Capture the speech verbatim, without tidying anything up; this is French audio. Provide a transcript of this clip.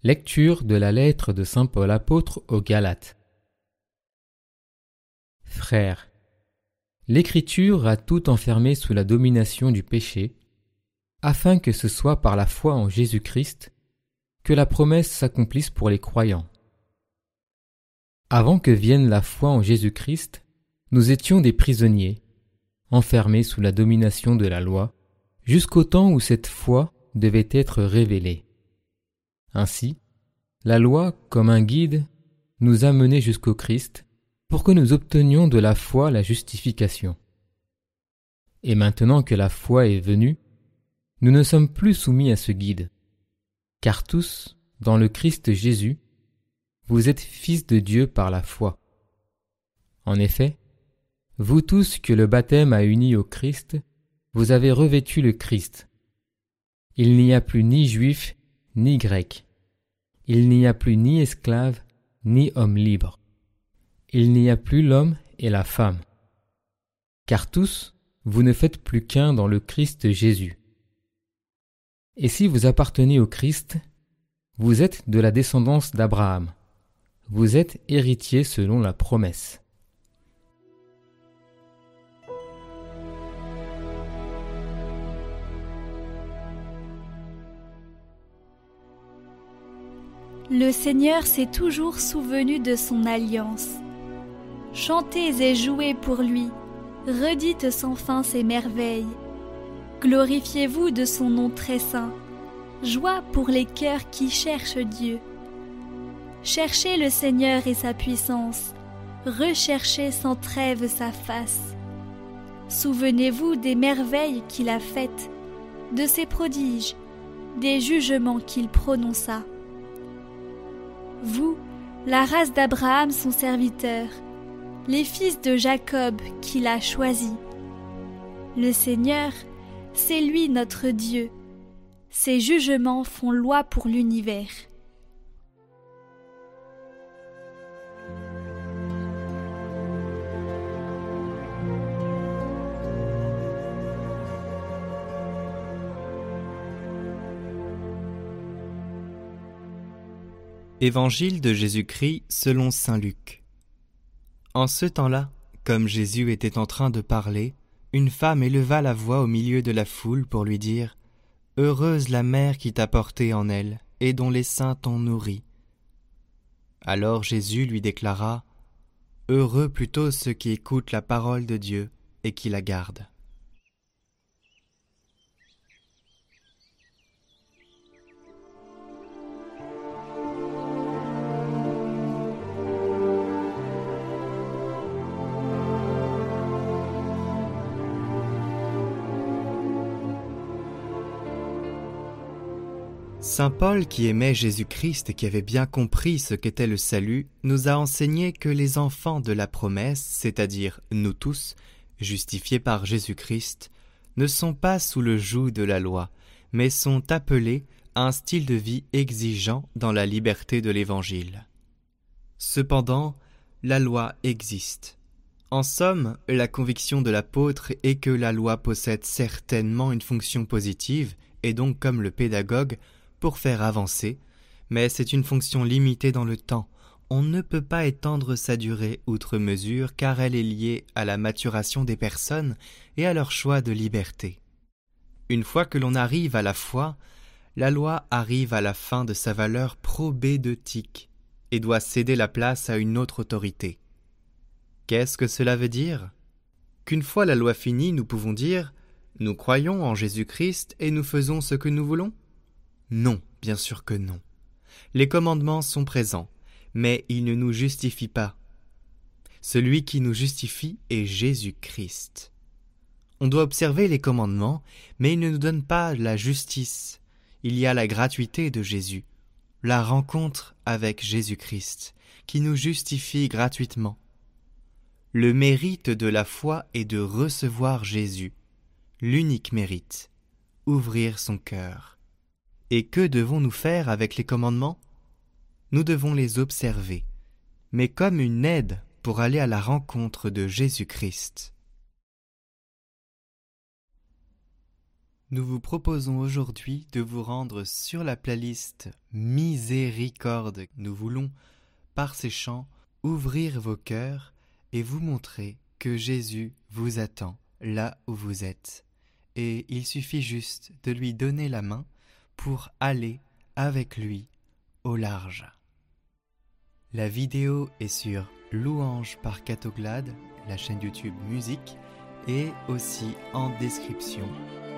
Lecture de la lettre de saint Paul apôtre aux Galates. Frères, l'Écriture a tout enfermé sous la domination du péché, afin que ce soit par la foi en Jésus-Christ que la promesse s'accomplisse pour les croyants. Avant que vienne la foi en Jésus-Christ, nous étions des prisonniers, enfermés sous la domination de la loi, jusqu'au temps où cette foi devait être révélée. Ainsi, la loi, comme un guide, nous a menés jusqu'au Christ pour que nous obtenions de la foi la justification. Et maintenant que la foi est venue, nous ne sommes plus soumis à ce guide, car tous, dans le Christ Jésus, vous êtes fils de Dieu par la foi. En effet, vous tous que le baptême a unis au Christ, vous avez revêtu le Christ. Il n'y a plus ni juif, ni grec. Il n'y a plus ni esclave, ni homme libre. Il n'y a plus l'homme et la femme. Car tous, vous ne faites plus qu'un dans le Christ Jésus. Et si vous appartenez au Christ, vous êtes de la descendance d'Abraham. Vous êtes héritiers selon la promesse. Le Seigneur s'est toujours souvenu de son alliance. Chantez et jouez pour lui, redites sans fin ses merveilles. Glorifiez-vous de son nom très saint, joie pour les cœurs qui cherchent Dieu. Cherchez le Seigneur et sa puissance, recherchez sans trêve sa face. Souvenez-vous des merveilles qu'il a faites, de ses prodiges, des jugements qu'il prononça. Vous, la race d'Abraham son serviteur, les fils de Jacob qu'il a choisis. Le Seigneur, c'est lui notre Dieu. Ses jugements font loi pour l'univers. Évangile de Jésus-Christ selon saint Luc. En ce temps-là, comme Jésus était en train de parler, une femme éleva la voix au milieu de la foule pour lui dire « Heureuse la mère qui t'a porté en elle et dont les seins t'ont nourri. » Alors Jésus lui déclara « Heureux plutôt ceux qui écoutent la parole de Dieu et qui la gardent. » Saint Paul, qui aimait Jésus-Christ et qui avait bien compris ce qu'était le salut, nous a enseigné que les enfants de la promesse, c'est-à-dire nous tous, justifiés par Jésus-Christ, ne sont pas sous le joug de la loi, mais sont appelés à un style de vie exigeant dans la liberté de l'Évangile. Cependant, la loi existe. En somme, la conviction de l'apôtre est que la loi possède certainement une fonction positive, et donc comme le pédagogue, pour faire avancer, mais c'est une fonction limitée dans le temps. On ne peut pas étendre sa durée outre mesure car elle est liée à la maturation des personnes et à leur choix de liberté. Une fois que l'on arrive à la foi, la loi arrive à la fin de sa valeur probédeutique et doit céder la place à une autre autorité. Qu'est-ce que cela veut dire ? Qu'une fois la loi finie, nous pouvons dire « Nous croyons en Jésus-Christ et nous faisons ce que nous voulons ?» Non, bien sûr que non. Les commandements sont présents, mais ils ne nous justifient pas. Celui qui nous justifie est Jésus-Christ. On doit observer les commandements, mais ils ne nous donnent pas la justice. Il y a la gratuité de Jésus, la rencontre avec Jésus-Christ, qui nous justifie gratuitement. Le mérite de la foi est de recevoir Jésus, l'unique mérite, ouvrir son cœur. Et que devons-nous faire avec les commandements ? Nous devons les observer, mais comme une aide pour aller à la rencontre de Jésus-Christ. Nous vous proposons aujourd'hui de vous rendre sur la playlist Miséricorde. Nous voulons, par ces chants, ouvrir vos cœurs et vous montrer que Jésus vous attend là où vous êtes. Et il suffit juste de lui donner la main pour aller avec lui au large. La vidéo est sur Louange par Catoglade, la chaîne YouTube Musique, et aussi en description